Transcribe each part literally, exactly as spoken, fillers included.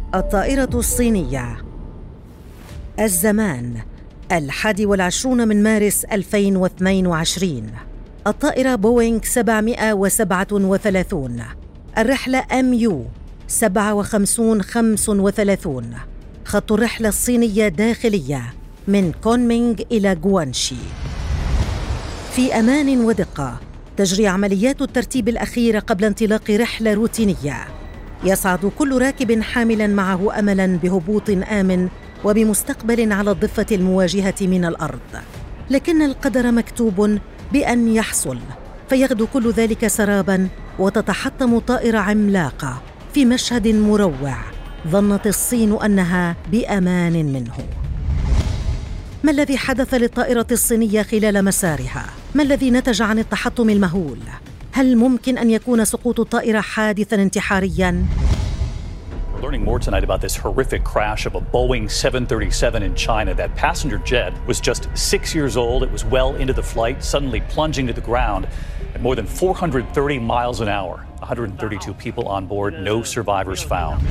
الطائرة الصينية. الزمان الحادي والعشرون من مارس ألفين واثنين وعشرين. الطائرة بوينغ سبعمائة وسبعة وثلاثين. الرحلة أم يو سبعة وخمسين خمسة وثلاثين. خط الرحلة الصينية داخلية من كونمينغ إلى غوانشي. في أمان ودقة تجري عمليات الترتيب الأخيرة قبل انطلاق رحلة روتينية. يصعد كل راكب حاملاً معه أملاً بهبوط آمن وبمستقبل على الضفة المواجهة من الأرض، لكن القدر مكتوب بأن يحصل، فيغدو كل ذلك سراباً وتتحطم طائرة عملاقة في مشهد مروع ظنت الصين أنها بأمان منه. ما الذي حدث للطائرة الصينية خلال مسارها؟ ما الذي نتج عن التحطم المهول؟ هل ممكن أن يكون سقوط الطائرة حادثاً انتحارياً؟ We're learning more tonight about this horrific crash of a Boeing seven thirty-seven in China. That passenger jet was just six years old. It was well into the flight, suddenly plunging to the ground at more than four hundred thirty miles an hour. one hundred thirty-two people on board, no survivors found.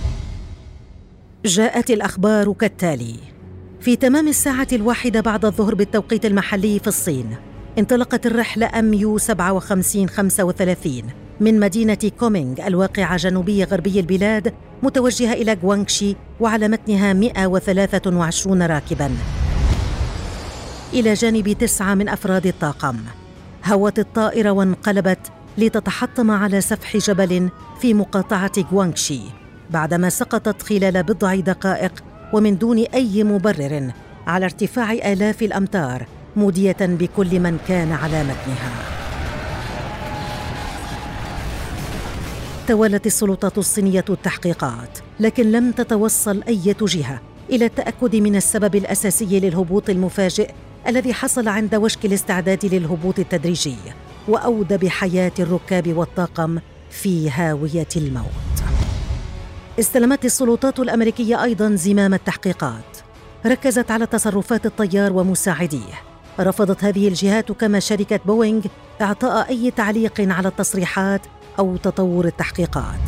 جاءت الأخبار كالتالي: في تمام الساعة الواحدة بعد الظهر بالتوقيت المحلي في الصين، انطلقت الرحلة أم يو سبعة وخمسين خمسة وثلاثين من مدينة كومينغ الواقعة جنوبي غربي البلاد متوجهة إلى غوانغشي، وعلى متنها مئة وثلاثة وعشرين راكباً إلى جانب تسعة من أفراد الطاقم. هوت الطائرة وانقلبت لتتحطم على سفح جبل في مقاطعة غوانغشي بعدما سقطت خلال بضع دقائق ومن دون أي مبرر على ارتفاع آلاف الأمتار، مودية بكل من كان على متنها. تولت السلطات الصينية التحقيقات، لكن لم تتوصل أي جهة إلى التأكد من السبب الأساسي للهبوط المفاجئ الذي حصل عند وشك الاستعداد للهبوط التدريجي وأودى بحياة الركاب والطاقم في هاوية الموت. استلمت السلطات الأمريكية أيضاً زمام التحقيقات، ركزت على تصرفات الطيار ومساعديه. رفضت هذه الجهات كما شركة بوينغ إعطاء أي تعليق على التصريحات أو تطور التحقيقات.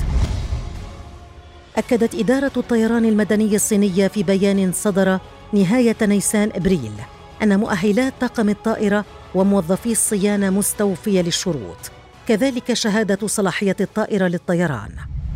أكدت إدارة الطيران المدني الصينية في بيان صدر نهاية نيسان إبريل أن مؤهلات طاقم الطائرة وموظفي الصيانة مستوفية للشروط، كذلك شهادة صلاحية الطائرة للطيران.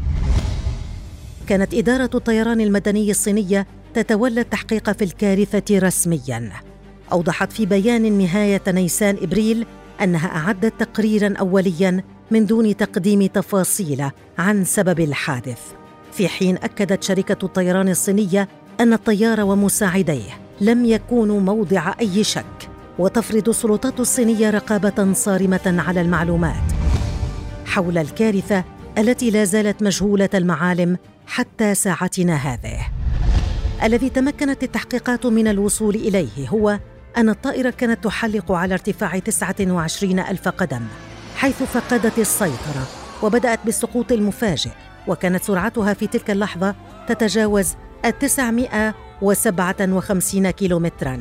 كانت إدارة الطيران المدني الصينية تتولى التحقيق في الكارثة رسمياً. أوضحت في بيان نهاية نيسان إبريل أنها أعدت تقريراً أولياً من دون تقديم تفاصيل عن سبب الحادث، في حين أكدت شركة الطيران الصينية أن الطيار ومساعديه لم يكونوا موضع أي شك، وتفرض السلطات الصينية رقابة صارمة على المعلومات حول الكارثة التي لا زالت مجهولة المعالم حتى ساعتنا هذه. الذي تمكنت التحقيقات من الوصول إليه هو أن الطائرة كانت تحلق على ارتفاع تسعة وعشرين ألف قدم، حيث فقدت السيطرة وبدأت بالسقوط المفاجئ، وكانت سرعتها في تلك اللحظة تتجاوز التسعمائة وسبعة وخمسين كيلومتراً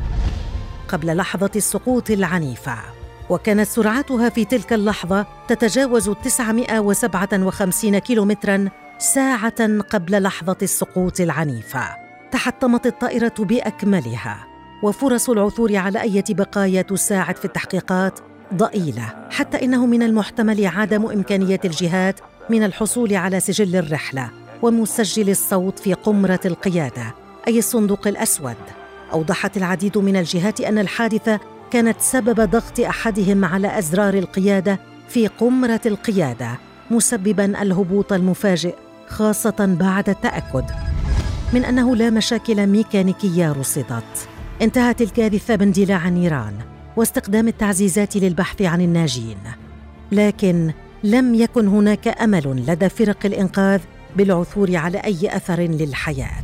قبل لحظة السقوط العنيفة، وكانت سرعتها في تلك اللحظة تتجاوز التسعمائة وسبعة وخمسين كيلومتراً ساعة قبل لحظة السقوط العنيفة. تحطمت الطائرة بأكملها، وفرص العثور على أي بقايا تساعد في التحقيقات ضئيلة، حتى إنه من المحتمل عدم إمكانية الجهات من الحصول على سجل الرحلة ومسجل الصوت في قمرة القيادة، أي الصندوق الأسود. أوضحت العديد من الجهات أن الحادثة كانت سبب ضغط أحدهم على أزرار القيادة في قمرة القيادة، مسبباً الهبوط المفاجئ، خاصة بعد التأكد من أنه لا مشاكل ميكانيكية رصدت. انتهت الكارثة باندلاع النيران واستخدام التعزيزات للبحث عن الناجين، لكن لم يكن هناك أمل لدى فرق الإنقاذ بالعثور على أي أثر للحياة.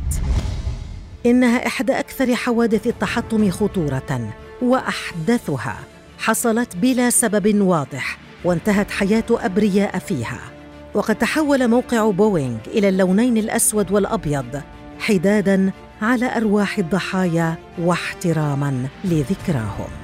إنها إحدى أكثر حوادث التحطم خطورة، وأحدثها حصلت بلا سبب واضح وانتهت حياة أبرياء فيها. وقد تحول موقع بوينغ إلى اللونين الأسود والأبيض حداداً على أرواح الضحايا واحتراماً لذكراهم.